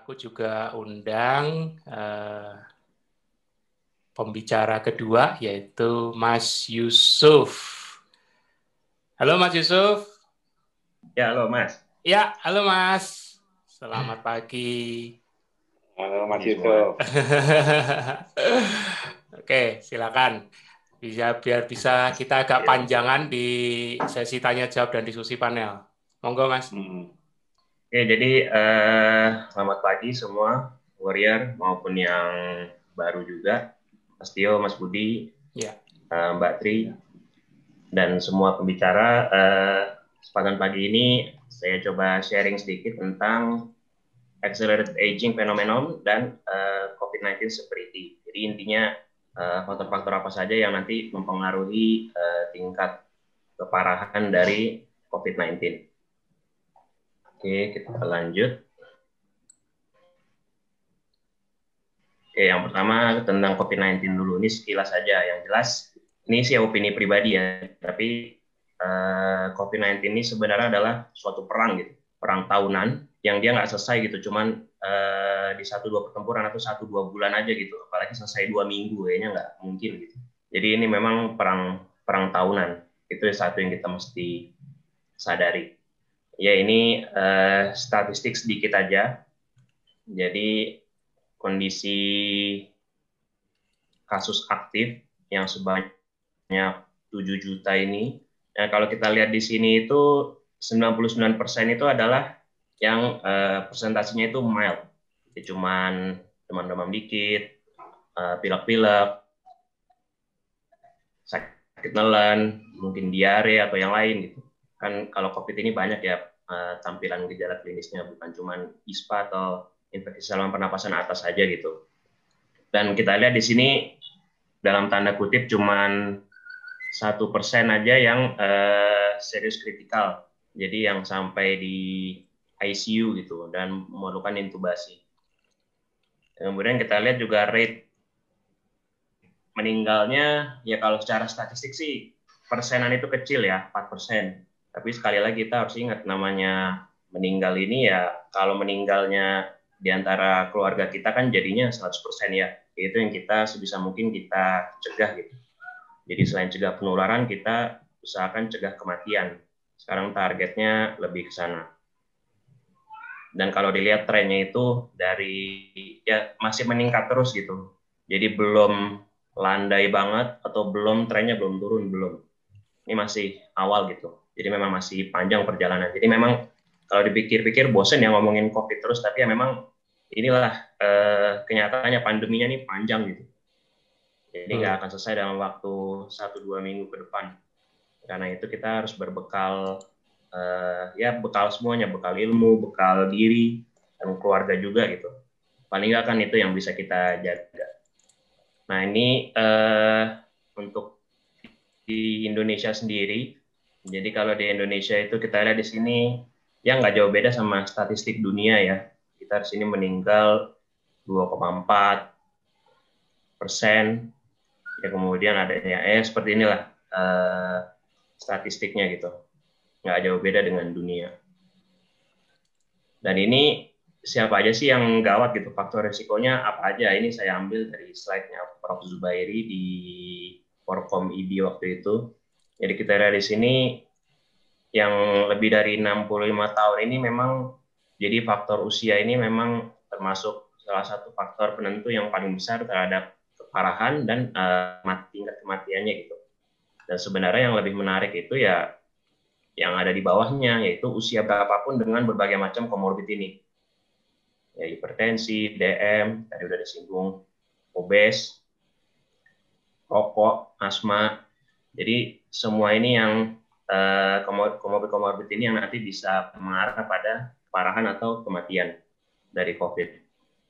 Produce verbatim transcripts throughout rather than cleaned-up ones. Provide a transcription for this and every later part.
aku juga undang uh, pembicara kedua, yaitu Mas Yusuf. Halo Mas Yusuf. Ya, halo Mas. Ya, halo Mas. Selamat pagi. Halo Mas Yusuf. Oke, silakan. Bisa biar bisa kita agak panjangan di sesi tanya jawab dan diskusi panel. Monggo Mas. Hmm. Oke, jadi eh, selamat pagi semua warrior maupun yang baru juga, Mas Tio, Mas Budi, ya. eh, Mbak Tri, dan semua pembicara. Eh, kesempatan pagi ini saya coba sharing sedikit tentang accelerated aging phenomenon dan uh, COVID sembilan belas severity. Jadi intinya faktor-faktor uh, apa saja yang nanti mempengaruhi uh, tingkat keparahan dari COVID sembilan belas. Oke, kita lanjut. Oke, yang pertama tentang COVID sembilan belas dulu. Ini sekilas saja. Yang jelas, ini sih opini pribadi ya. Tapi uh, COVID sembilan belas ini sebenarnya adalah suatu perang gitu. Perang tahunan yang dia nggak selesai gitu. Cuman uh, di satu dua pertempuran atau satu dua bulan aja gitu. Apalagi selesai dua minggu, kayaknya nggak mungkin gitu. Jadi ini memang perang perang tahunan. Itu satu yang kita mesti sadari. Ya, ini uh, statistik sedikit aja. Jadi kondisi kasus aktif yang sebanyak tujuh juta ini, nah, kalau kita lihat di sini itu sembilan puluh sembilan persen itu adalah yang uh, presentasinya itu mild. Jadi cuman demam-demam dikit, uh, pilek-pilek, sakit nelan, mungkin diare atau yang lain gitu. Kan kalau COVID ini banyak ya uh, tampilan gejala klinisnya, bukan cuma ispa atau infeksi saluran pernapasan atas saja gitu. Dan kita lihat di sini dalam tanda kutip cuman satu persen aja yang uh, serius kritikal, jadi yang sampai di I C U gitu dan memerlukan intubasi. Kemudian kita lihat juga rate meninggalnya, ya kalau secara statistik sih persenan itu kecil ya, empat persen. Tapi sekali lagi kita harus ingat namanya meninggal ini ya, kalau meninggalnya di antara keluarga kita kan jadinya seratus persen ya. Itu yang kita sebisa mungkin kita cegah gitu. Jadi selain cegah penularan, kita usahakan cegah kematian. Sekarang targetnya lebih ke sana. Dan kalau dilihat trennya itu dari ya masih meningkat terus gitu. Jadi belum landai banget atau belum trennya belum turun belum. Ini masih awal gitu. Jadi memang masih panjang perjalanan. Jadi memang kalau dipikir-pikir bosen ya ngomongin COVID terus, tapi ya memang inilah eh, kenyataannya pandeminya nih panjang gitu. Jadi nggak hmm. akan selesai dalam waktu satu dua minggu ke depan. Karena itu kita harus berbekal uh, ya bekal semuanya, bekal ilmu, bekal diri, dan keluarga juga gitu. Paling nggak kan itu yang bisa kita jaga. Nah ini uh, untuk di Indonesia sendiri. Jadi kalau di Indonesia itu kita lihat di sini ya nggak jauh beda sama statistik dunia ya. Kita di sini meninggal dua koma empat persen. Ya kemudian adanya eh seperti inilah uh, statistiknya gitu, nggak jauh beda dengan dunia. Dan ini siapa aja sih yang gawat gitu, faktor resikonya apa aja? Ini saya ambil dari slide-nya Prof Zubairi di Forkom I B waktu itu. Jadi kita lihat di sini yang lebih dari enam puluh lima tahun ini memang jadi faktor usia ini memang termasuk salah satu faktor penentu yang paling besar terhadap keparahan dan uh, tingkat kematiannya gitu. Dan sebenarnya yang lebih menarik itu ya yang ada di bawahnya, yaitu usia berapapun dengan berbagai macam komorbid ini. Ya, hipertensi, D M, tadi udah disinggung, obes, rokok, asma. Jadi semua ini yang uh, komorbid-komorbid ini yang nanti bisa mengarah pada keparahan atau kematian dari COVID.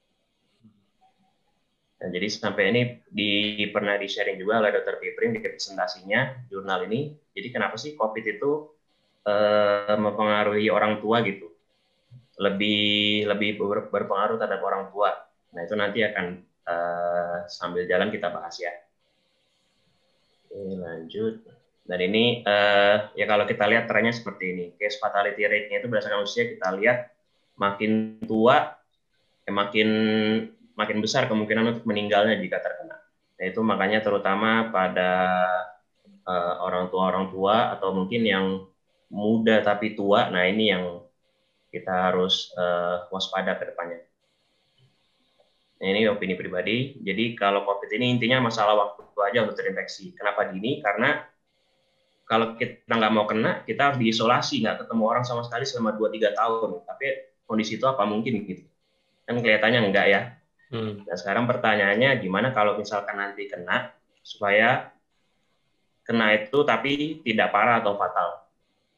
Dan jadi sampai ini di, pernah di-sharing juga oleh dokter Piprim di presentasinya, jurnal ini. Jadi kenapa sih COVID itu uh, mempengaruhi orang tua gitu? Lebih lebih ber, berpengaruh terhadap orang tua. Nah itu nanti akan uh, sambil jalan kita bahas ya. Oke, lanjut. Dan ini uh, ya kalau kita lihat trennya seperti ini. Case fatality rate-nya itu berdasarkan usia kita lihat makin tua ya makin makin besar kemungkinan untuk meninggalnya jika terkena. Nah, itu makanya terutama pada uh, orang tua-orang tua atau mungkin yang muda tapi tua, nah ini yang kita harus uh, waspada ke depannya. Nah, ini opini pribadi. Jadi kalau COVID ini intinya masalah waktu aja untuk terinfeksi. Kenapa dini? Karena kalau kita nggak mau kena, kita harus diisolasi, nggak ketemu orang sama sekali selama dua tiga tahun. Tapi kondisi itu apa mungkin gitu? Kan kelihatannya enggak ya. Hmm. Nah sekarang pertanyaannya gimana kalau misalkan nanti kena, supaya kena itu tapi tidak parah atau fatal.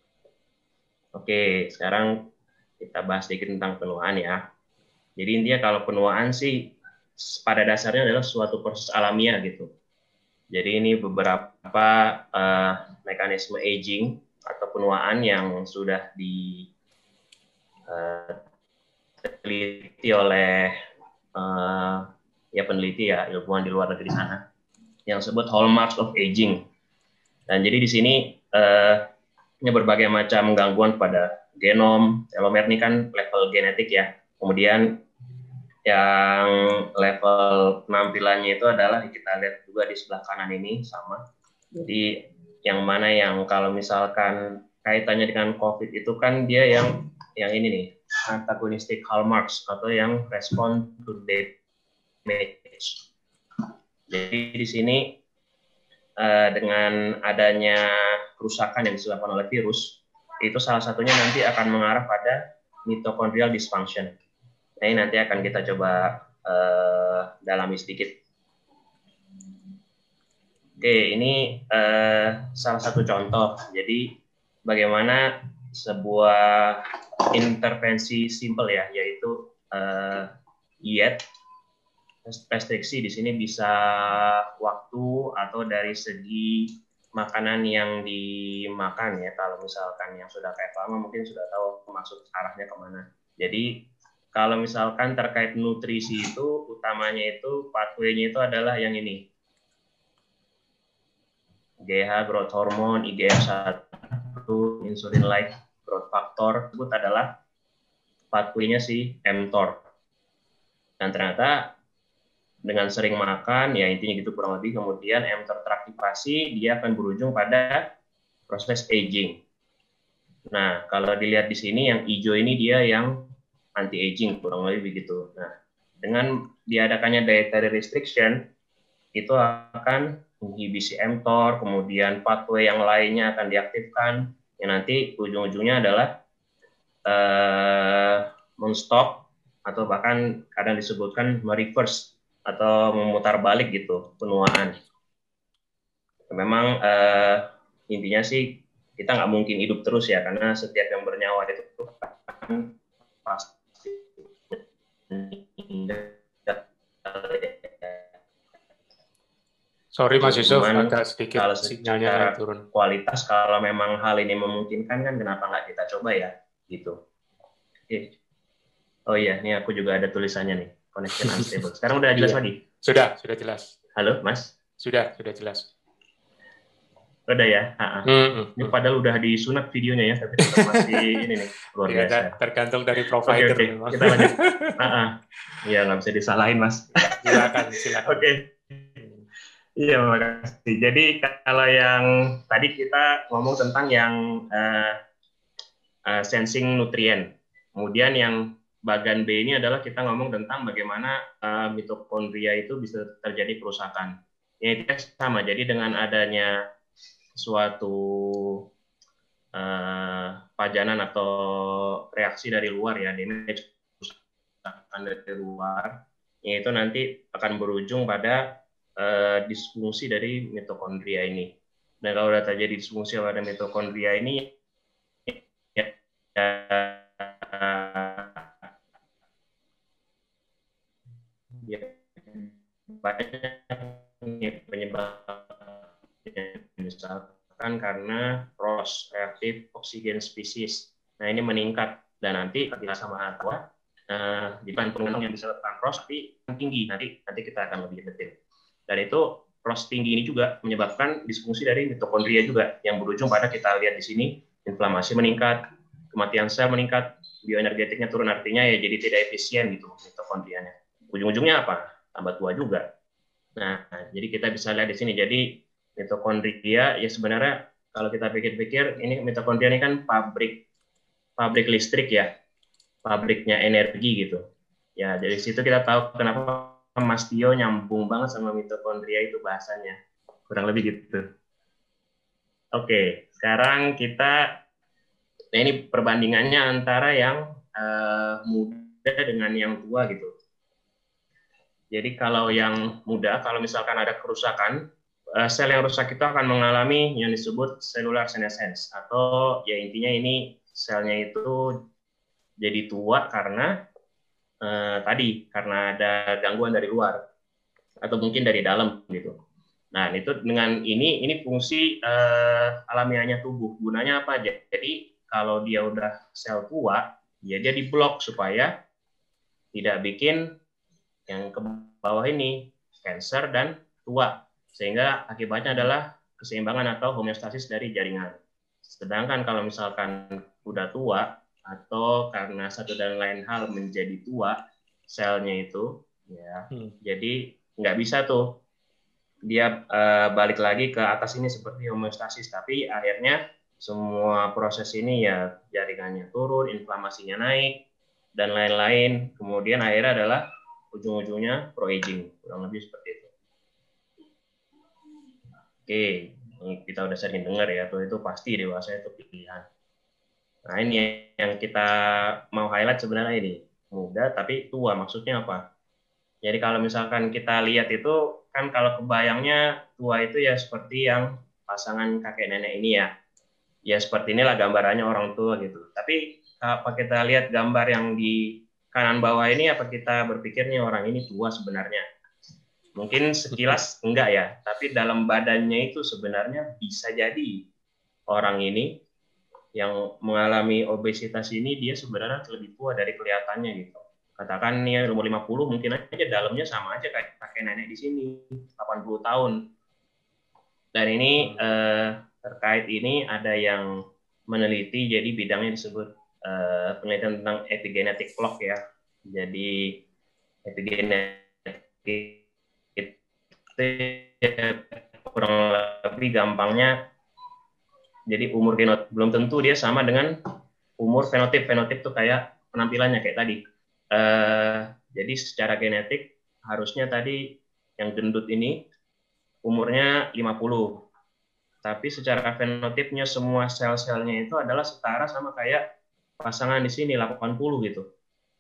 Oke, sekarang kita bahas sedikit tentang penuaan ya. Jadi intinya kalau penuaan sih pada dasarnya adalah suatu proses alamiah gitu. Jadi ini beberapa uh, mekanisme aging atau penuaan yang sudah diteliti uh, oleh uh, ya peneliti ya ilmuwan di luar negeri sana yang disebut hallmarks of aging. Dan jadi di sini uh, ini berbagai macam gangguan pada genom, telomer ini kan level genetik ya. Kemudian yang level penampilannya itu adalah kita lihat juga di sebelah kanan ini sama. Jadi yang mana yang kalau misalkan kaitannya dengan COVID itu kan dia yang yang ini nih antagonistic hallmarks atau yang respond to damage. Jadi di sini uh, dengan adanya kerusakan yang disebabkan oleh virus itu salah satunya nanti akan mengarah pada mitochondrial dysfunction. Nah, ini nanti akan kita coba uh, dalami sedikit. Oke, ini uh, salah satu contoh. Jadi, bagaimana sebuah intervensi simple ya, yaitu uh, diet, restriksi di sini bisa waktu atau dari segi makanan yang dimakan ya. Kalau misalkan yang sudah kayak lama mungkin sudah tahu maksud arahnya kemana. Jadi, kalau misalkan terkait nutrisi itu, utamanya itu pathway-nya itu adalah yang ini. G H growth hormone, I G F satu, insulin-like growth factor, itu adalah pathway-nya si mTOR. Dan ternyata dengan sering makan, ya intinya gitu kurang lebih, kemudian mTOR teraktivasi, dia akan berujung pada proses aging. Nah, kalau dilihat di sini, yang hijau ini dia yang anti-aging, kurang lebih begitu. Nah, dengan diadakannya dietary restriction, itu akan inhibisi mTOR, kemudian pathway yang lainnya akan diaktifkan, yang nanti ujung-ujungnya adalah uh, men-stop, atau bahkan kadang disebutkan mereverse, atau memutar balik gitu, penuaan. Memang uh, intinya sih, kita nggak mungkin hidup terus ya, karena setiap yang bernyawa itu kan pasti Sorry Mas Yusuf, cuman agak sedikit kalau sinyalnya turun. Kualitas kalau memang hal ini memungkinkan kan kenapa nggak kita coba ya gitu. Oke. Oh iya, ini aku juga ada tulisannya nih, connection unstable. Sekarang udah jelas iya. lagi? Sudah, sudah jelas. Halo Mas? Sudah, sudah jelas. Udah ya? Hmm, ini hmm. Padahal udah disunat videonya ya, tapi tetap masih ini nih, luar biasa. Ya, tergantung dari provider. Oke, oke. Kita lanjut. Iya, nggak bisa disalahin, Mas. Silakan, silakan. Oke. Iya, makasih. Jadi kalau yang tadi kita ngomong tentang yang uh, uh, sensing nutrien. Kemudian yang bagian B ini adalah kita ngomong tentang bagaimana uh, mitokondria itu bisa terjadi kerusakan. Ini sama, jadi dengan adanya suatu uh, pajanan atau reaksi dari luar ya, damage dari luar, yaitu nanti akan berujung pada uh, disfungsi dari mitokondria ini. Dan kalau sudah terjadi disfungsi pada mitokondria ini, ya, ya banyak penyebab. Misalkan karena R O S, reaktif oksigen spesies. Nah, ini meningkat dan nanti kita sama aqua uh, di bahan pengundang yang disebabkan R O S tapi tinggi. Nanti nanti kita akan lebih detail. Dan itu R O S tinggi ini juga menyebabkan disfungsi dari mitokondria juga yang berujung pada kita lihat di sini inflamasi meningkat, kematian sel meningkat, bioenergetiknya turun, artinya ya jadi tidak efisien gitu mitokondrianya. Ujung-ujungnya apa? Tambah tua juga. Nah, jadi kita bisa lihat di sini. Jadi mitokondria ya sebenarnya kalau kita pikir-pikir ini mitokondria ini kan pabrik pabrik listrik ya, pabriknya energi gitu. Ya, dari situ kita tahu kenapa Mas Tio nyambung banget sama mitokondria itu bahasanya. Kurang lebih gitu. Oke, sekarang kita, nah ini perbandingannya antara yang uh, muda dengan yang tua gitu. Jadi kalau yang muda, kalau misalkan ada kerusakan, uh, sel yang rusak itu akan mengalami yang disebut cellular senescence, atau ya intinya ini selnya itu jadi tua karena uh, tadi, karena ada gangguan dari luar, atau mungkin dari dalam gitu. Nah, itu dengan ini ini fungsi uh, alamiahnya tubuh. Gunanya apa aja? Jadi kalau dia udah sel tua, ya dia diblok supaya tidak bikin yang ke bawah ini cancer dan tua. Sehingga akibatnya adalah keseimbangan atau homeostasis dari jaringan. Sedangkan kalau misalkan udah tua atau karena satu dan lain hal menjadi tua selnya itu, ya, hmm. jadi nggak bisa tuh dia uh, balik lagi ke atas ini seperti homeostasis, tapi akhirnya semua proses ini ya jaringannya turun, inflamasinya naik, dan lain-lain. Kemudian akhirnya adalah ujung-ujungnya pro-aging, kurang lebih seperti itu. Oke, ini kita udah sering dengar ya, tuh itu pasti dewasa itu pilihan. Nah ini yang kita mau highlight sebenarnya ini, muda tapi tua, maksudnya apa? Jadi kalau misalkan kita lihat itu, kan kalau kebayangnya tua itu ya seperti yang pasangan kakek nenek ini ya. Ya seperti inilah gambarannya orang tua gitu. Tapi apa kita lihat gambar yang di kanan bawah ini, apa kita berpikirnya orang ini tua sebenarnya? Mungkin sekilas enggak ya, tapi dalam badannya itu sebenarnya bisa jadi orang ini yang mengalami obesitas ini dia sebenarnya lebih tua dari kelihatannya gitu. Katakan nih umur lima puluh, mungkin aja dalamnya sama aja kayak kakek nenek di sini, delapan puluh tahun. Dan ini eh, terkait ini ada yang meneliti, jadi bidangnya disebut eh, penelitian tentang epigenetic clock ya. Jadi epigenetik itu kurang lebih gampangnya, jadi umur genotip belum tentu dia sama dengan umur fenotip. Fenotip tuh kayak penampilannya kayak tadi. Uh, jadi secara genetik harusnya tadi yang gendut ini umurnya lima puluh. Tapi secara fenotipnya semua sel-selnya itu adalah setara sama kayak pasangan di sini delapan puluh gitu.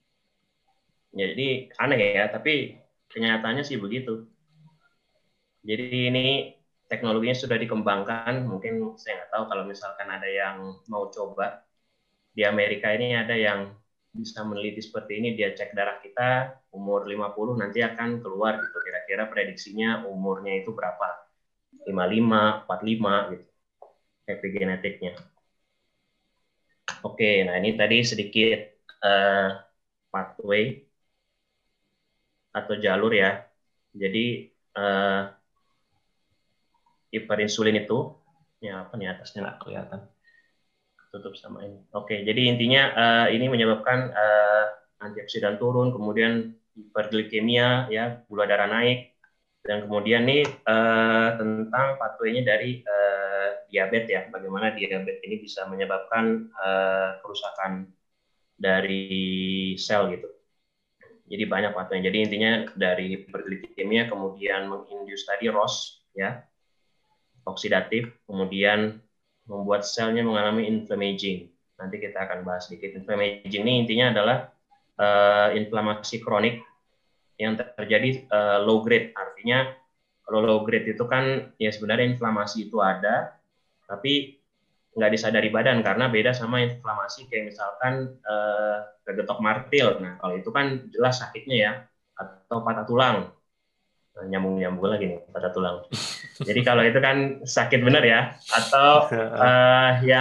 Jadi aneh ya, tapi kenyataannya sih begitu. Jadi ini teknologinya sudah dikembangkan, mungkin saya nggak tahu kalau misalkan ada yang mau coba. Di Amerika ini ada yang bisa meneliti seperti ini, dia cek darah kita, umur lima puluh nanti akan keluar gitu, kira-kira prediksinya umurnya itu berapa, lima puluh lima, empat puluh lima gitu, epigenetiknya. Oke, nah ini tadi sedikit uh, pathway atau jalur ya. Jadi uh, hiperinsulin itu, ya apa nih atasnya nggak kelihatan, tutup sama ini. Oke, jadi intinya uh, ini menyebabkan uh, antioksidan turun, kemudian hiperglikemia, ya gula darah naik, dan kemudian nih uh, tentang pathway-nya dari uh, diabetes ya, bagaimana diabetes ini bisa menyebabkan uh, kerusakan dari sel gitu. Jadi banyak pathway. Jadi intinya dari hiperglikemia, kemudian mengindus tadi R O S ya, oksidatif, kemudian membuat selnya mengalami inflammaging. Nanti kita akan bahas sedikit. Inflammaging ini intinya adalah uh, inflamasi kronik yang terjadi uh, low grade. Artinya kalau low grade itu kan ya sebenarnya inflamasi itu ada, tapi nggak disadari badan karena beda sama inflamasi kayak misalkan uh, kegetok martil. Nah kalau itu kan jelas sakitnya ya, atau patah tulang. Nyambung-nyambung lagi nih pada tulang. Jadi kalau itu kan sakit benar ya, atau uh, yang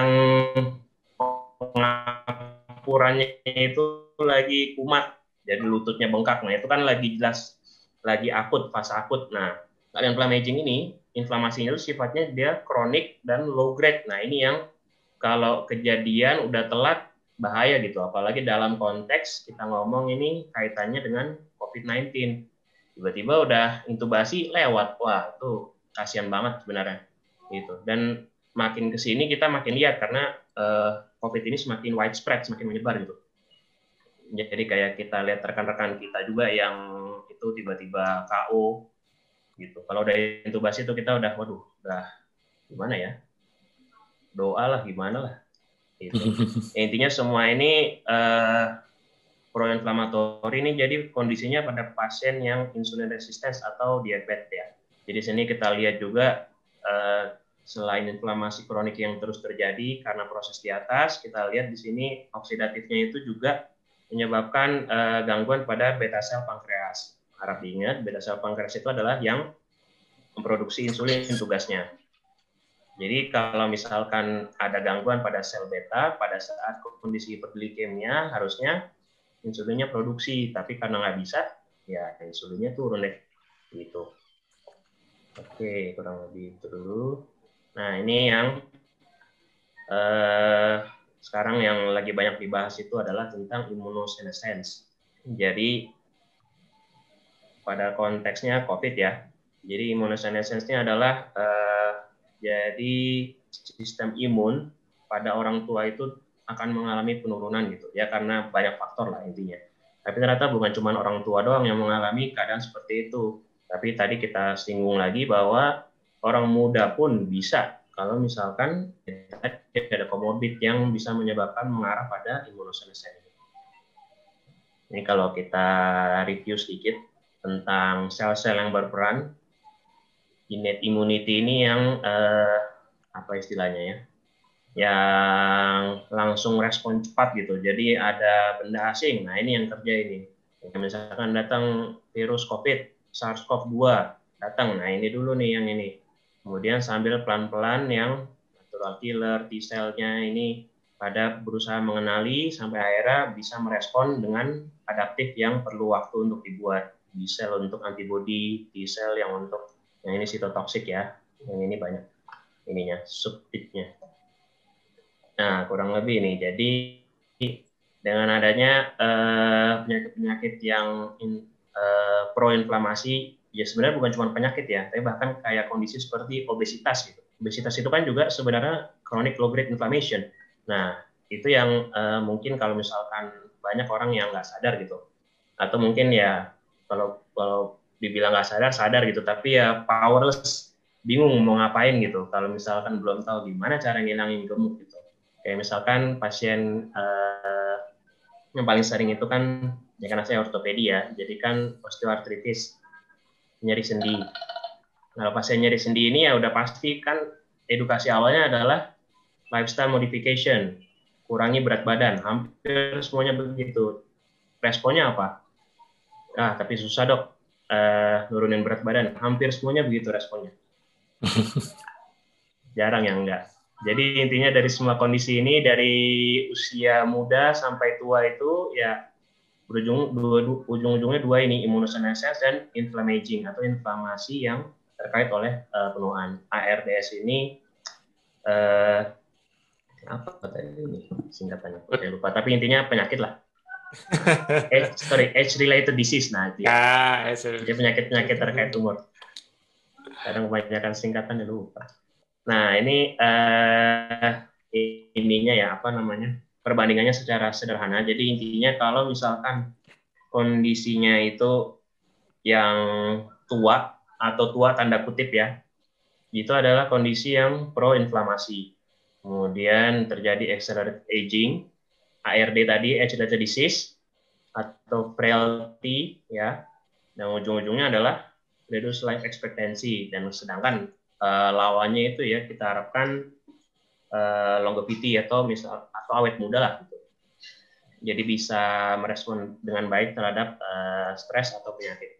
pengapurannya itu lagi kumat, jadi lututnya bengkak. Nah itu kan lagi jelas lagi akut, fase akut. Nah kalau inflammaging ini, inflamasinya itu sifatnya dia kronik dan low grade. Nah ini yang kalau kejadian udah telat bahaya gitu, apalagi dalam konteks kita ngomong ini kaitannya dengan covid sembilan belas. Tiba-tiba udah intubasi lewat, wah itu kasihan banget sebenarnya gitu. Dan makin ke sini kita makin lihat karena uh, COVID ini semakin widespread, semakin menyebar gitu. Jadi kayak kita lihat rekan-rekan kita juga yang itu tiba-tiba K O gitu. Kalau udah intubasi itu kita udah, waduh, udah gimana ya? Doa lah, gimana lah. Gitu. Ya, intinya semua ini uh, proinflamatori ini jadi kondisinya pada pasien yang insulin resistance atau diabetes ya. Jadi sini kita lihat juga uh, selain inflamasi kronik yang terus terjadi karena proses di atas, kita lihat di sini oksidatifnya itu juga menyebabkan uh, gangguan pada beta sel pankreas. Harap diingat, beta sel pankreas itu adalah yang memproduksi insulin tugasnya. Jadi kalau misalkan ada gangguan pada sel beta, pada saat kondisi hiperglikemia harusnya insulinnya produksi, tapi karena nggak bisa, ya insulinnya turun deh, gitu. Oke, kurang lebih itu dulu. Nah, ini yang eh, sekarang yang lagi banyak dibahas itu adalah tentang immunosenescence. Jadi, pada konteksnya COVID ya, jadi immunosenescence-nya adalah eh, jadi sistem imun pada orang tua itu akan mengalami penurunan gitu ya karena banyak faktor lah intinya. Tapi ternyata bukan cuma orang tua doang yang mengalami keadaan seperti itu. Tapi tadi kita singgung lagi bahwa orang muda pun bisa kalau misalkan ada komorbid yang bisa menyebabkan mengarah pada immunosenescence. Ini kalau kita review sedikit tentang sel-sel yang berperan, innate immunity ini yang eh, apa istilahnya ya? Yang langsung respon cepat gitu. Jadi ada benda asing. Nah, ini yang kerja ini. Misalkan datang virus COVID, SARS-CoV dua datang. Nah, ini dulu nih yang ini. Kemudian sambil pelan-pelan yang natural killer, T-cell-nya ini pada berusaha mengenali sampai akhirnya bisa merespon dengan adaptif yang perlu waktu untuk dibuat. B-cell untuk antibody, T-cell yang untuk yang ini sitotoksik ya. Yang ini banyak ininya, subtipnya. Nah, kurang lebih nih. Jadi dengan adanya penyakit-penyakit uh, yang uh, proinflamasi, ya sebenarnya bukan cuma penyakit ya, tapi bahkan kayak kondisi seperti obesitas gitu. Obesitas itu kan juga sebenarnya chronic low grade inflammation. Nah, itu yang uh, mungkin kalau misalkan banyak orang yang nggak sadar gitu, atau mungkin ya kalau kalau dibilang nggak sadar sadar gitu, tapi ya powerless, bingung mau ngapain gitu. Kalau misalkan belum tahu gimana cara ngilangin gemuk gitu. Kayak misalkan pasien uh, yang paling sering itu kan, ya karena saya ortopedi ya, jadi kan osteoartritis, nyeri sendi. Nah, pasien nyeri sendi ini ya udah pasti kan edukasi awalnya adalah lifestyle modification, kurangi berat badan, hampir semuanya begitu. Responnya apa? Ah, tapi susah dok, uh, nurunin berat badan, hampir semuanya begitu responnya. Jarang yang enggak. Jadi intinya dari semua kondisi ini, dari usia muda sampai tua itu ya berujung dua, dua ujung-ujungnya dua ini, immunosenescence dan inflammaging atau inflamasi yang terkait oleh uh, penuaan. A R D S ini uh, apa tadi ini singkatannya? Saya lupa. Tapi intinya penyakit lah. Age, sorry, age-related disease. Nah itu ya. Jadi penyakit-penyakit terkait umur. Kadang kebanyakan singkatan ya lupa. Nah, ini uh, ininya ya, apa namanya, perbandingannya secara sederhana. Jadi intinya kalau misalkan kondisinya itu yang tua, atau tua tanda kutip ya, itu adalah kondisi yang pro-inflamasi. Kemudian terjadi accelerated aging, A R D tadi, age-related disease, atau frailty, ya, dan ujung-ujungnya adalah reduced life expectancy. Dan sedangkan Uh, lawannya itu ya kita harapkan uh, longevity atau misal atau awet muda lah gitu. Jadi bisa merespon dengan baik terhadap uh, stres atau penyakit.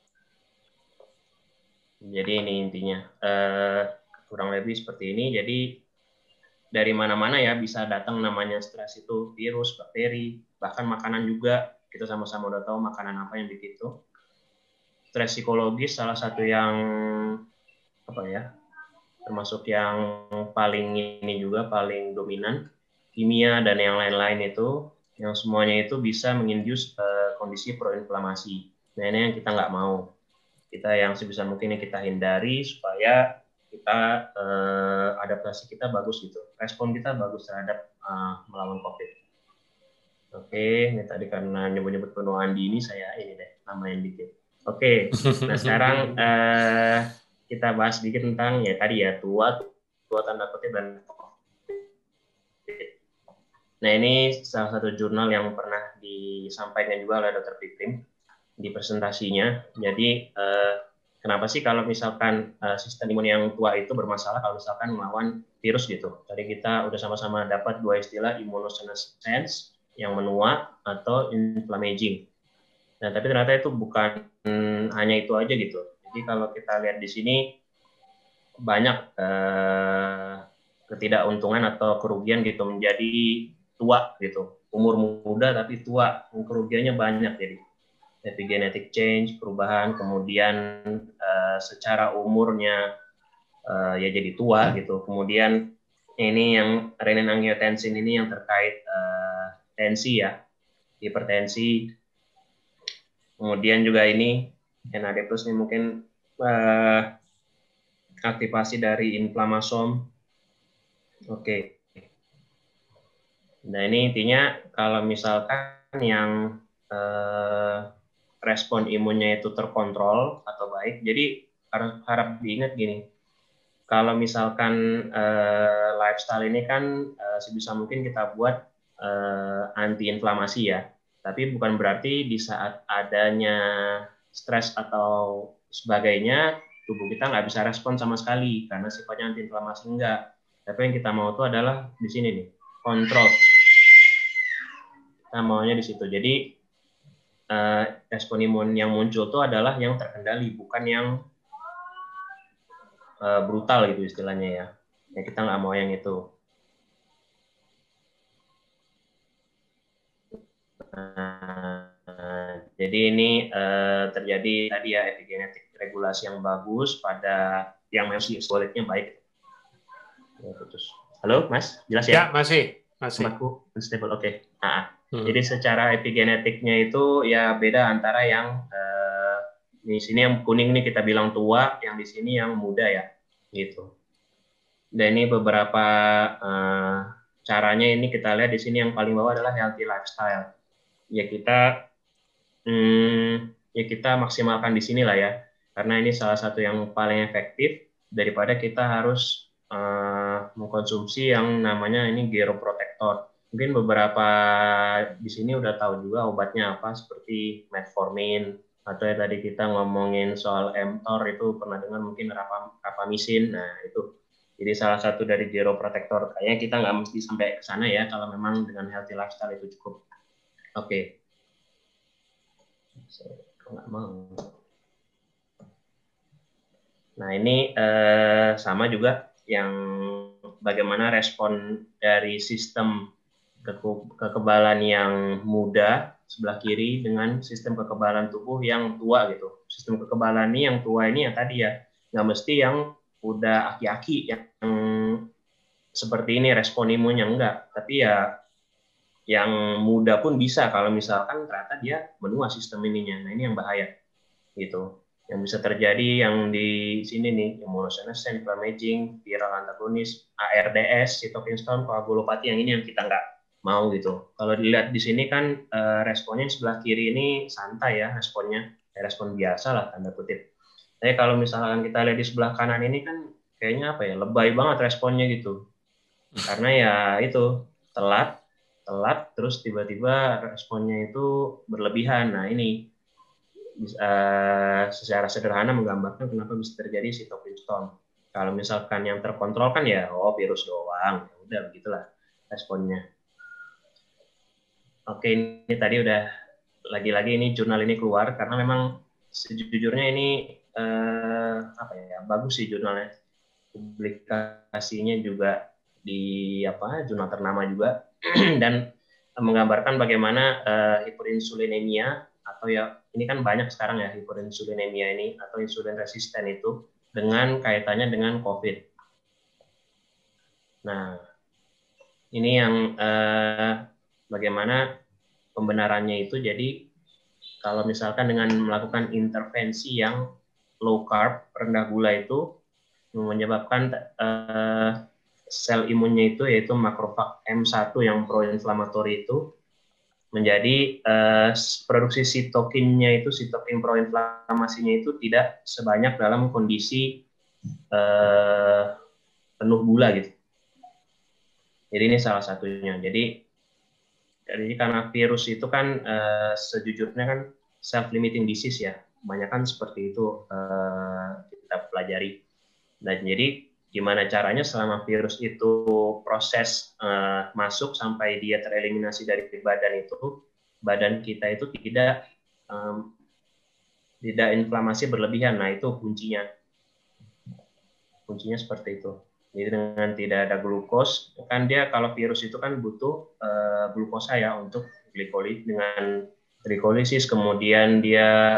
Jadi ini intinya uh, kurang lebih seperti ini. Jadi dari mana-mana ya bisa datang namanya stres itu, virus, bakteri, bahkan makanan juga. Kita sama-sama udah tahu makanan apa yang begitu. Stres psikologis salah satu yang apa ya, termasuk yang paling ini juga paling dominan. kimia dan yang lain-lain itu, yang semuanya itu bisa menginduce uh, kondisi proinflamasi. Nah ini yang kita nggak mau. Kita yang sebisa mungkin yang kita hindari supaya kita uh, adaptasi kita bagus gitu, respon kita bagus terhadap uh, melawan COVID. Oke, ini tadi karena nyebut-nyebut penuh Andi ini saya ini deh namain dikit. Oke, nah sekarang uh, kita bahas sedikit tentang ya tadi ya tua, tua tanda kutip dan nah ini salah satu jurnal yang pernah disampaikan juga oleh dokter Piprim di presentasinya. Jadi eh, kenapa sih kalau misalkan eh, sistem imun yang tua itu bermasalah kalau misalkan melawan virus gitu. Tadi kita udah sama-sama dapat dua istilah, immunosenescence yang menua atau inflammaging. Nah tapi ternyata itu bukan hmm, hanya itu aja gitu. Jadi kalau kita lihat di sini banyak eh, ketidakuntungan atau kerugian gitu menjadi tua gitu, umur muda tapi tua, kerugiannya banyak. Jadi epigenetic change, perubahan, kemudian uh, secara umurnya uh, ya jadi tua gitu. Kemudian ini yang renin-angiotensin ini yang terkait uh, tensi ya, hipertensi. Kemudian juga ini N A D plus ini mungkin uh, aktivasi dari inflamasom. Oke. Nah ini intinya kalau misalkan yang eh, respon imunnya itu terkontrol atau baik, jadi harus harap diingat gini, kalau misalkan eh, lifestyle ini kan eh, sebisa mungkin kita buat eh, anti-inflamasi ya, tapi bukan berarti di saat adanya stres atau sebagainya, tubuh kita nggak bisa respon sama sekali, karena sifatnya anti-inflamasi enggak. Tapi yang kita mau itu adalah di sini nih, kontrol. Kita maunya di situ. Jadi eh, respon imun yang muncul itu adalah yang terkendali, bukan yang eh, brutal gitu istilahnya ya. Ya kita nggak mau yang itu. Nah, jadi ini eh, terjadi tadi ya epigenetik regulasi yang bagus pada yang masih solidnya baik. Ya, putus. Halo, Mas, jelas ya? Ya, masih, masih. Aku unstable, oke. Okay. Nah, hmm. Jadi secara epigenetiknya itu ya beda antara yang eh, di sini yang kuning nih kita bilang tua, yang di sini yang muda ya, gitu. Dan ini beberapa eh, caranya ini kita lihat di sini yang paling bawah adalah healthy lifestyle. Ya kita, hmm, ya kita maksimalkan di sini lah ya, karena ini salah satu yang paling efektif daripada kita harus uh, mengkonsumsi yang namanya ini geroprotector. Mungkin beberapa di sini udah tahu juga obatnya apa, seperti metformin, atau ya tadi kita ngomongin soal mTOR itu pernah dengar mungkin rapamisin. Nah itu jadi salah satu dari geroprotector. Kayaknya kita nggak mesti sampai ke sana ya kalau memang dengan healthy lifestyle itu cukup. Oke. Okay. Nggak mau. Nah ini eh, sama juga yang bagaimana respon dari sistem kekebalan yang muda sebelah kiri dengan sistem kekebalan tubuh yang tua gitu. Sistem kekebalan ini yang tua ini yang tadi ya, nggak mesti yang udah aki-aki yang seperti ini respon imunnya enggak, tapi ya yang muda pun bisa kalau misalkan ternyata dia menua sistem ininya. Nah ini yang bahaya gitu. Yang bisa terjadi yang di sini nih, immunosenescence, inflammaging, viral antagonis, A R D S, cytokine storm, koagulopati, yang ini yang kita nggak mau gitu. Kalau dilihat di sini kan responnya sebelah kiri ini santai ya responnya, respon biasa lah tanda kutip. Tapi kalau misalkan kita lihat di sebelah kanan ini kan kayaknya apa ya, lebay banget responnya gitu. Karena ya itu telat, telat terus tiba-tiba responnya itu berlebihan. Nah ini Uh, secara sederhana menggambarkan kenapa bisa terjadi cytokine storm. Kalau misalkan yang terkontrol kan ya, oh virus doang, ya udah begitulah responnya. Oke, ini tadi udah lagi-lagi ini jurnal ini keluar karena memang sejujurnya ini uh, apa ya, bagus sih jurnalnya, publikasinya juga di apa jurnal ternama juga dan menggambarkan bagaimana uh, hiperinsulinemia atau ya ini kan banyak sekarang ya hiperinsulinemia ini atau insulin resisten itu dengan kaitannya dengan COVID. Nah, Ini yang eh, bagaimana pembenarannya itu. Jadi kalau misalkan dengan melakukan intervensi yang low carb, rendah gula itu menyebabkan eh, sel imunnya itu yaitu makrofag M satu yang pro-inflamatory itu menjadi eh, produksi sitokinnya itu, sitokin proinflamasinya itu tidak sebanyak dalam kondisi eh, penuh gula gitu. Jadi ini salah satunya. Jadi jadi karena virus itu kan eh, sejujurnya kan self-limiting disease ya, kebanyakan seperti itu eh, kita pelajari. Dan jadi gimana caranya selama virus itu proses uh, masuk sampai dia tereliminasi dari badan itu, badan kita itu tidak um, tidak inflamasi berlebihan. Nah itu kuncinya, kuncinya seperti itu. Jadi dengan tidak ada glukos, kan dia kalau virus itu kan butuh uh, glukosa ya untuk glikolisis, dengan glikolisis kemudian dia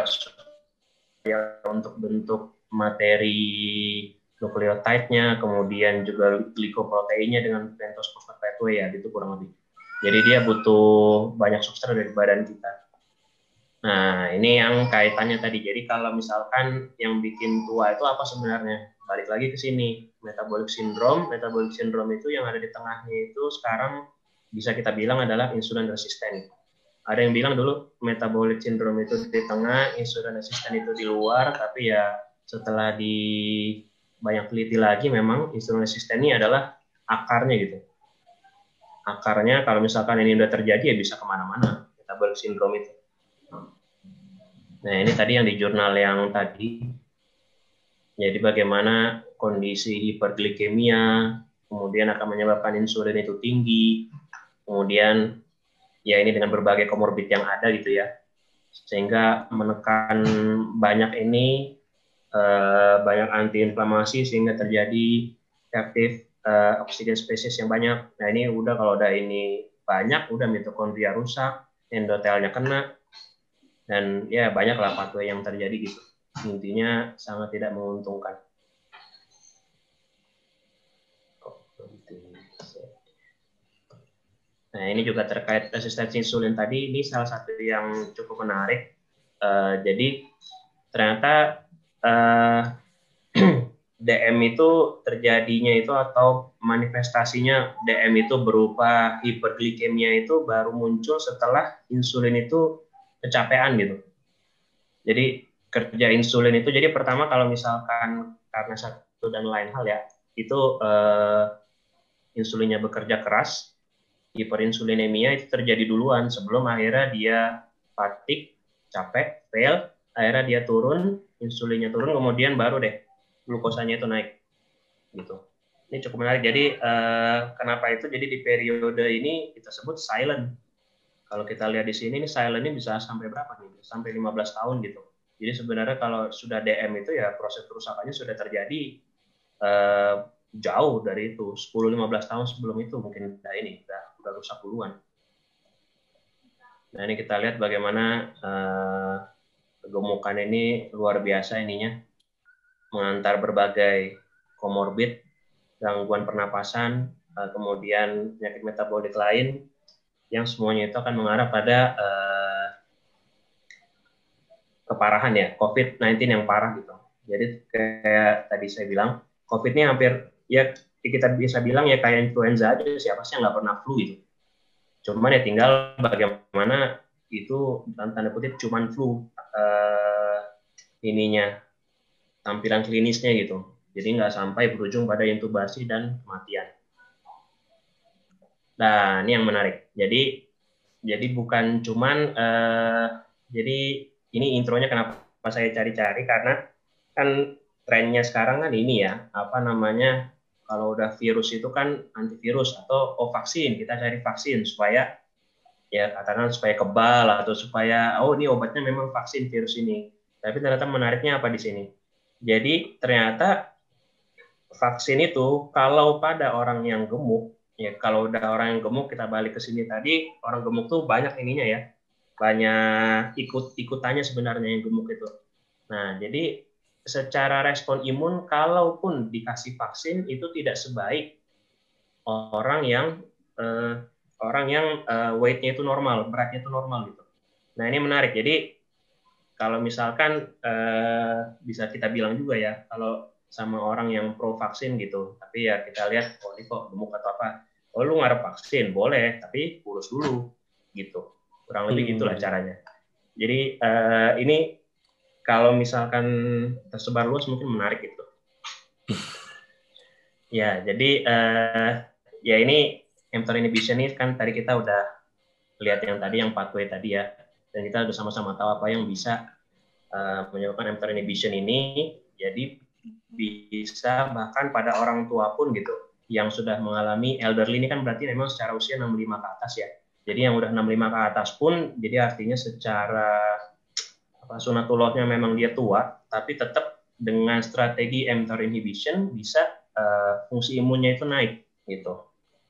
ya, untuk bentuk materi nukleotidnya, kemudian juga glikoproteinnya dengan pentose phosphate pathway ya, gitu kurang lebih. Jadi dia butuh banyak substrat dari badan kita. Nah, ini yang kaitannya tadi. Jadi kalau misalkan yang bikin tua itu apa sebenarnya? Balik lagi ke sini, metabolic syndrome. Metabolic syndrome itu yang ada di tengahnya itu sekarang bisa kita bilang adalah insulin resisten. Ada yang bilang dulu metabolic syndrome itu di tengah, insulin resisten itu di luar, tapi ya setelah di banyak teliti lagi memang insulin resisten ini adalah akarnya gitu. Akarnya kalau misalkan ini udah terjadi ya bisa kemana-mana metabolic syndrome itu. Nah ini tadi yang di jurnal yang tadi. Jadi bagaimana kondisi hiperglikemia, kemudian akan menyebabkan insulin itu tinggi, kemudian ya ini dengan berbagai komorbid yang ada gitu ya, sehingga menekan banyak ini eh, banyak antiinflamasi sehingga terjadi reaktif eh, oksigen spesies yang banyak. Nah ini udah kalau udah ini banyak, udah mitokondria rusak, endotelnya kena, dan ya banyaklah pathway yang terjadi gitu. Intinya sangat tidak menguntungkan. Nah, ini juga terkait resistensi insulin tadi, ini salah satu yang cukup menarik. Uh, jadi, ternyata uh, D M itu terjadinya itu atau manifestasinya D M itu berupa hiperglikemia itu baru muncul setelah insulin itu kecapean gitu. Jadi, kerja insulin itu, jadi pertama kalau misalkan karena satu dan lain hal ya, itu uh, insulinnya bekerja keras, hiperinsulinemia itu terjadi duluan sebelum akhirnya dia fatigue, capek, fail, akhirnya dia turun, insulinnya turun, kemudian baru deh glukosanya itu naik, gitu. Ini cukup menarik. Jadi eh, kenapa itu? Jadi di periode ini kita sebut silent. Kalau kita lihat di sini, ini silent ini bisa sampai berapa nih? Sampai lima belas tahun gitu. Jadi sebenarnya kalau sudah D M itu ya proses kerusakannya sudah terjadi eh, jauh dari itu, sepuluh sampai lima belas tahun sebelum itu mungkin udah ini, udah, udah rusak duluan. Nah ini kita lihat bagaimana eh, kegemukan ini luar biasa ininya, mengantar berbagai komorbid, gangguan pernapasan, eh, kemudian penyakit metabolik lain, yang semuanya itu akan mengarah pada eh, keparahan ya, covid sembilan belas yang parah gitu. Jadi kayak tadi saya bilang, COVID ini hampir, ya kita bisa bilang ya kayak influenza aja, siapa sih yang nggak pernah flu gitu. Cuman ya tinggal bagaimana itu tanda kutip cuman flu eh, ininya, tampilan klinisnya gitu. Jadi nggak sampai berujung pada intubasi dan kematian. Nah ini yang menarik. Jadi jadi bukan cuman eh, jadi ini intronya kenapa saya cari-cari, karena kan trennya sekarang kan ini ya, apa namanya, kalau udah virus itu kan antivirus atau oh vaksin, kita cari vaksin supaya ya katakan supaya kebal atau supaya oh ini obatnya memang vaksin virus ini. Tapi ternyata menariknya apa di sini? Jadi ternyata vaksin itu kalau pada orang yang gemuk, ya kalau udah orang yang gemuk, kita balik ke sini tadi, orang gemuk tuh banyak ininya ya, banyak ikut-ikutannya sebenarnya yang gemuk itu. Nah, jadi secara respon imun, kalaupun dikasih vaksin, itu tidak sebaik orang yang uh, orang yang uh, weight-nya itu normal, beratnya itu normal gitu. Nah ini menarik. Jadi kalau misalkan uh, bisa kita bilang juga ya, kalau sama orang yang pro vaksin gitu, tapi ya kita lihat, oh ini kok gemuk atau apa, oh lu ngarep vaksin, boleh, tapi kurus dulu, gitu. Kurang lebih hmm. gitulah caranya. Jadi uh, ini kalau misalkan tersebar luas mungkin menarik gitu. Ya, jadi uh, ya ini mTOR inhibition ini kan tadi kita udah lihat yang tadi, yang pathway tadi ya, dan kita udah sama-sama tahu apa yang bisa uh, menyebabkan mTOR inhibition ini. Jadi bisa bahkan pada orang tua pun gitu, yang sudah mengalami elderly ini kan berarti memang secara usia enam puluh lima ke atas ya. Jadi yang udah enam puluh lima ke atas pun, jadi artinya secara apa, sunatullahnya memang dia tua, tapi tetap dengan strategi mTOR inhibition bisa uh, fungsi imunnya itu naik gitu.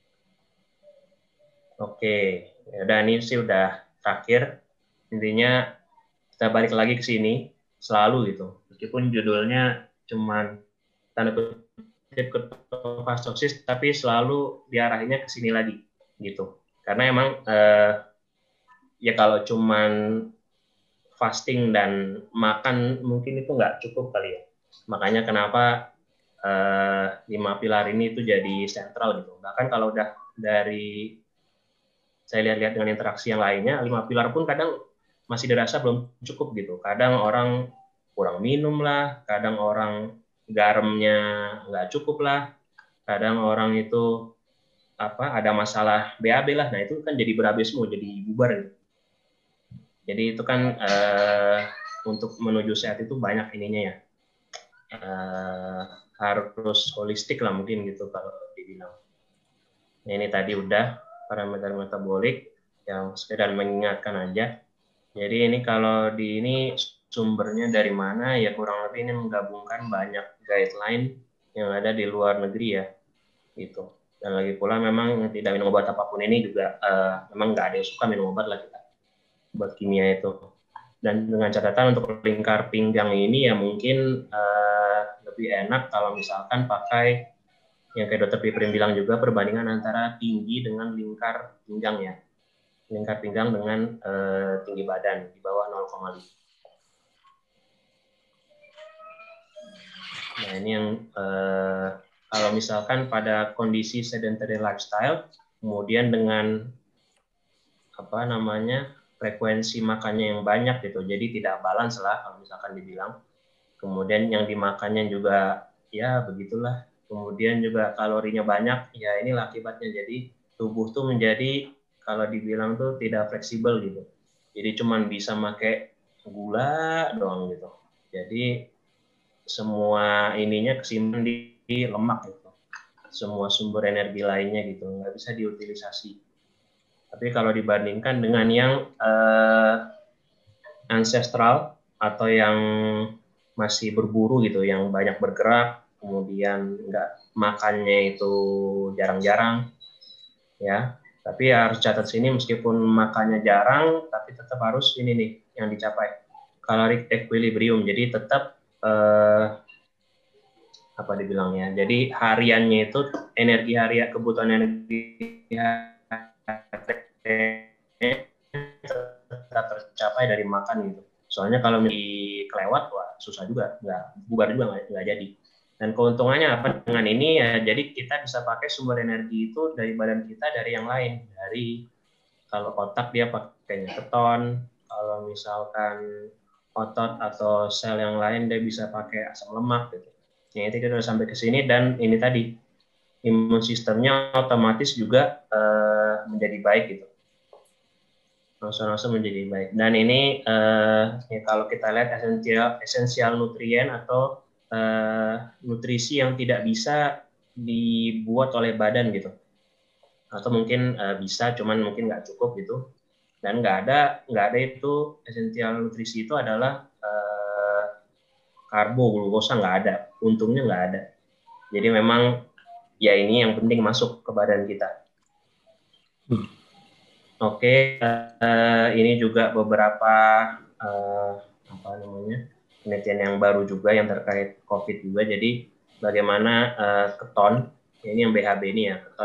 Oke, ya udah ini sih udah terakhir. Intinya kita balik lagi ke sini selalu gitu. Meskipun judulnya cuman tanda kutip ketofastosis, tapi selalu diarahinnya ke sini lagi gitu. Karena emang eh, ya kalau cuman fasting dan makan mungkin itu nggak cukup kali ya. Makanya kenapa eh, lima pilar ini itu jadi sentral gitu. Bahkan kalau udah dari saya lihat-lihat dengan interaksi yang lainnya, lima pilar pun kadang masih dirasa belum cukup gitu. Kadang orang kurang minum lah, kadang orang garamnya nggak cukup lah, kadang orang itu apa ada masalah B A B lah. Nah itu kan jadi berabe semua, jadi bubar gitu. Jadi itu kan eh, untuk menuju sehat itu banyak ininya ya. Eh, harus holistik lah mungkin gitu kalau dibilang. Nah, ini tadi udah parameter metabolik yang sekedar mengingatkan aja. Jadi ini kalau di ini sumbernya dari mana ya, kurang lebih ini menggabungkan banyak guideline yang ada di luar negeri ya gitu. Dan lagi pula memang tidak minum obat apapun ini juga uh, memang nggak ada yang suka minum obat lah kita buat kimia itu. Dan dengan catatan untuk lingkar pinggang ini ya mungkin uh, lebih enak kalau misalkan pakai yang kayak dokter Piprim bilang juga, perbandingan antara tinggi dengan lingkar pinggang ya. Lingkar pinggang dengan uh, tinggi badan di bawah nol koma lima. Nah ini yang uh, kalau misalkan pada kondisi sedentary lifestyle, kemudian dengan apa namanya frekuensi makannya yang banyak gitu, jadi tidak balance lah kalau misalkan dibilang. Kemudian yang dimakannya juga ya begitulah. Kemudian juga kalorinya banyak, ya inilah akibatnya. Jadi tubuh tuh menjadi kalau dibilang tuh tidak fleksibel gitu. Jadi cuman bisa pakai gula doang gitu. Jadi semua ininya kesimpan di, di lemak gitu. Semua sumber energi lainnya gitu, nggak bisa diutilisasi. Tapi kalau dibandingkan dengan yang uh, ancestral atau yang masih berburu gitu, yang banyak bergerak, kemudian nggak makannya itu jarang-jarang, ya. Tapi ya harus catat sini, meskipun makannya jarang, tapi tetap harus ini nih yang dicapai, caloric equilibrium. Jadi tetap eh, apa dibilangnya? Jadi hariannya itu energi harian, kebutuhan energi tetap tercapai dari makan gitu. Soalnya kalau di kelewat, wah susah juga, nggak bubar juga nggak, nggak jadi. Dan keuntungannya apa dengan ini ya? Jadi kita bisa pakai sumber energi itu dari badan kita dari yang lain. Dari kalau otak dia pakainya keton, kalau misalkan otot atau sel yang lain dia bisa pakai asam lemak gitu. Ya itu kita udah sampai ke sini, dan ini tadi imun sistemnya otomatis juga uh, menjadi baik gitu. Langsung-langsung menjadi baik. Dan ini uh, ya kalau kita lihat esensial esensial nutrien atau uh, nutrisi yang tidak bisa dibuat oleh badan gitu, atau mungkin uh, bisa cuman mungkin nggak cukup gitu. Dan nggak ada nggak ada itu esensial nutrisi itu adalah uh, karbo, glukosa, nggak ada, untungnya nggak ada. Jadi memang ya ini yang penting masuk ke badan kita. Hmm. Oke, uh, ini juga beberapa uh, apa namanya penelitian yang baru juga yang terkait COVID juga. Jadi bagaimana uh, keton, ini yang B H B ini ya, keton ya,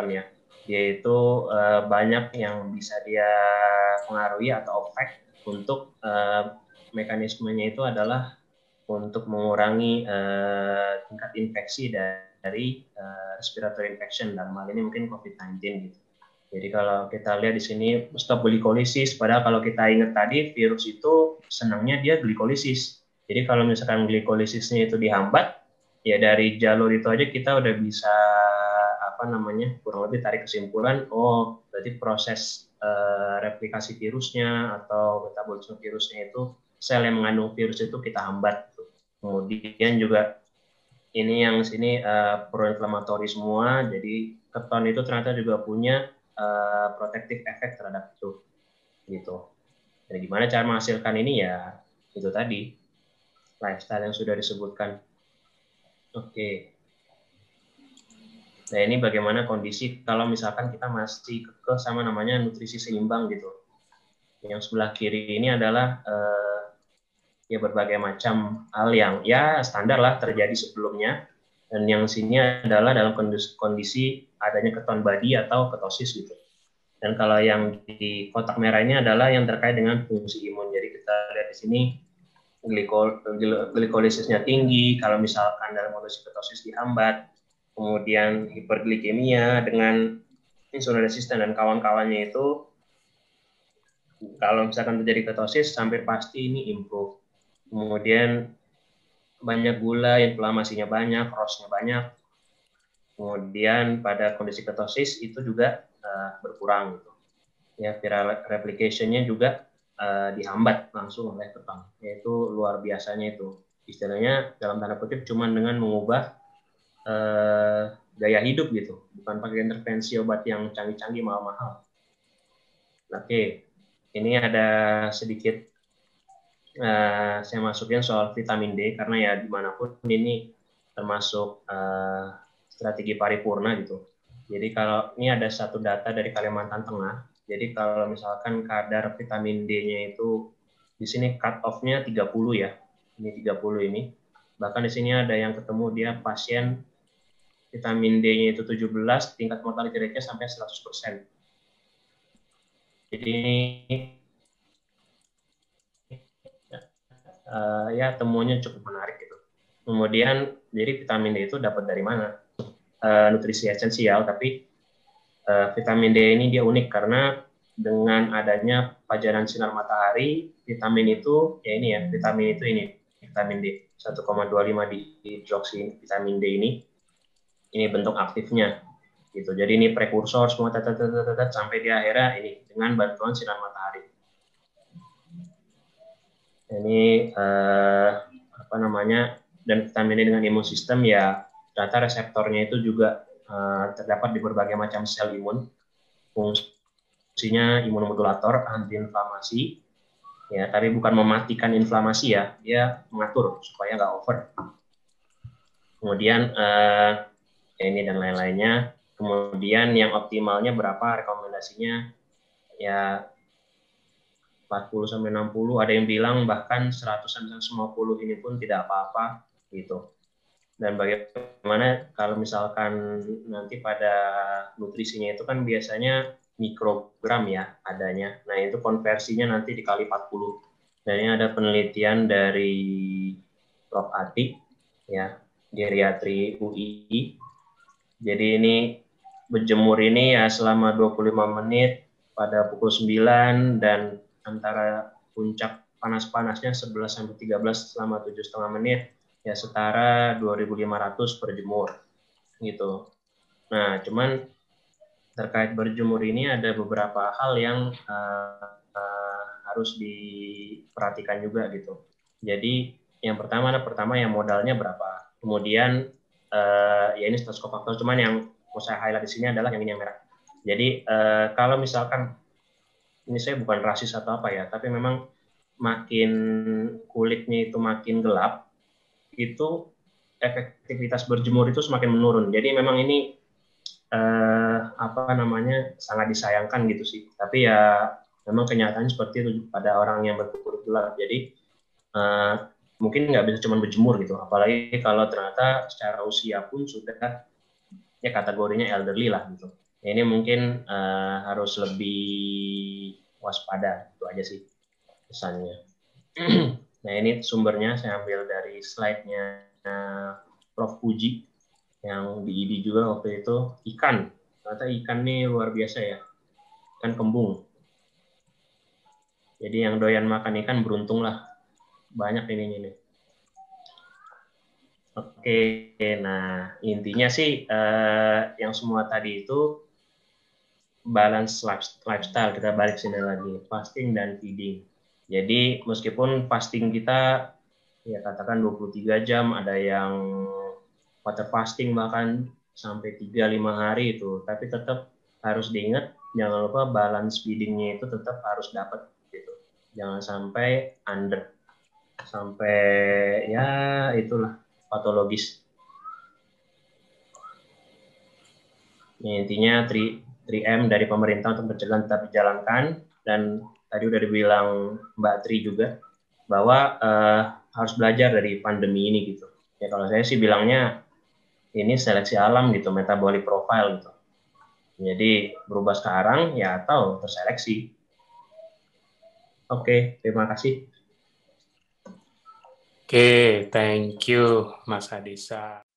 Dia itu uh, banyak yang bisa dia pengaruhi atau affect untuk uh, mekanismenya itu adalah untuk mengurangi uh, tingkat infeksi dari uh, respiratory infection, dalam hal ini mungkin covid sembilan belas gitu. Jadi kalau kita lihat di sini stop glikolisis, padahal kalau kita ingat tadi virus itu senangnya dia glikolisis. Jadi kalau misalkan glikolisisnya itu dihambat, ya dari jalur itu aja kita udah bisa apa namanya kurang lebih tarik kesimpulan, oh berarti proses uh, replikasi virusnya atau metabolisme virusnya itu sel yang mengandung virus itu kita hambat. Kemudian juga ini yang sini uh, pro-inflammatory semua, jadi keton itu ternyata juga punya uh, protective effect terhadap itu, gitu. Dan gimana cara menghasilkan ini ya itu tadi lifestyle yang sudah disebutkan. Oke. Okay. Nah ini bagaimana kondisi kalau misalkan kita masih kekeh sama namanya nutrisi seimbang gitu. Yang sebelah kiri ini adalah uh, ya berbagai macam hal yang ya standar lah terjadi sebelumnya, dan yang sini adalah dalam kondisi, kondisi adanya keton body atau ketosis gitu. Dan kalau yang di kotak merah ini adalah yang terkait dengan fungsi imun. Jadi kita lihat di sini glikol, glikolisisnya tinggi kalau misalkan dalam kondisi ketosis dihambat, kemudian hiperglikemia dengan insulin resisten dan kawan-kawannya itu kalau misalkan terjadi ketosis hampir pasti ini improve. Kemudian banyak gula, inflamasinya banyak, rosnya banyak. Kemudian pada kondisi ketosis itu juga uh, berkurang gitu. Ya, viral replication-nya juga uh, dihambat langsung oleh keton. Yaitu luar biasanya itu. Istilahnya dalam tanda kutip cuma dengan mengubah uh, gaya hidup gitu, bukan pakai intervensi obat yang canggih-canggih mahal-mahal. Oke, ini ada sedikit Uh, saya masukin soal vitamin D karena ya dimanapun ini termasuk uh, strategi paripurna gitu. Jadi kalau ini ada satu data dari Kalimantan Tengah. Jadi kalau misalkan kadar vitamin D-nya itu di sini cut off-nya tiga puluh ya. Ini tiga puluh ini. Bahkan di sini ada yang ketemu dia pasien vitamin D-nya itu tujuh belas, tingkat mortality rate-nya sampai seratus persen. Jadi ini Uh, ya temuannya cukup menarik gitu. Kemudian jadi vitamin D itu dapat dari mana? Uh, nutrisi esensial, tapi uh, vitamin D ini dia unik karena dengan adanya pajaran sinar matahari, vitamin itu ya ini ya, vitamin itu ini, vitamin D satu koma dua lima di hidroksi vitamin D ini, ini bentuk aktifnya gitu. Jadi ini prekursor semua tet, tet, tet, tet, sampai di akhirnya ini dengan bantuan sinar matahari. Ini eh, apa namanya, dan vitamin D dengan imun sistem ya data reseptornya itu juga eh, terdapat di berbagai macam sel imun. Fungsinya imunomodulator, antiinflamasi ya, tapi bukan mematikan inflamasi ya, dia mengatur supaya nggak over. Kemudian eh, ya ini dan lain-lainnya. Kemudian yang optimalnya berapa rekomendasinya ya empat puluh sampai enam puluh, ada yang bilang bahkan seratus sampai seratus lima puluh ini pun tidak apa-apa gitu. Dan bagaimana kalau misalkan nanti pada nutrisinya itu kan biasanya mikrogram ya adanya. Nah, itu konversinya nanti dikali empat puluh. Dan ini ada penelitian dari Prof Atik ya, geriatri U I. Jadi ini berjemur ini ya selama dua puluh lima menit pada pukul sembilan dan antara puncak panas-panasnya sebelas sampai tiga belas selama tujuh setengah menit ya setara dua ribu lima ratus per jemur gitu. Nah, cuman terkait berjemur ini ada beberapa hal yang uh, uh, harus diperhatikan juga gitu. Jadi yang pertama ada pertama yang modalnya berapa. Kemudian uh, ya ini status faktor, cuman yang mau saya highlight di sini adalah yang ini yang merah. Jadi uh, kalau misalkan ini saya bukan rasis atau apa ya, tapi memang makin kulitnya itu makin gelap, itu efektivitas berjemur itu semakin menurun. Jadi memang ini eh, apa namanya sangat disayangkan gitu sih. Tapi ya memang kenyataannya seperti itu pada orang yang berkulit gelap. Jadi eh, mungkin nggak bisa cuma berjemur gitu. Apalagi kalau ternyata secara usia pun sudah ya kategorinya elderly lah gitu. Ini mungkin uh, harus lebih waspada, itu aja sih pesannya. Nah ini sumbernya saya ambil dari slide-nya Prof Puji yang di I D I juga waktu itu. Ikan, ternyata ikan ini luar biasa ya, ikan kembung. Jadi yang doyan makan ikan beruntung lah, banyak ini nih. Oke, nah intinya sih eh, yang semua tadi itu balance lifestyle, kita balik sini lagi, fasting dan feeding. Jadi meskipun fasting kita ya katakan dua puluh tiga jam, ada yang water fasting bahkan sampai tiga lima hari itu, tapi tetap harus diingat jangan lupa balance feedingnya itu tetap harus dapat gitu. Jangan sampai under, sampai ya itulah patologis. Ya, intinya tiga M dari pemerintah untuk pencegahan tetap dijalankan, dan tadi udah dibilang Mbak Tri juga bahwa uh, harus belajar dari pandemi ini gitu. Ya kalau saya sih bilangnya ini seleksi alam gitu, metabolic profile gitu. Jadi berubah sekarang ya atau terseleksi. Oke, terima kasih. Oke, thank you Mas Adisa.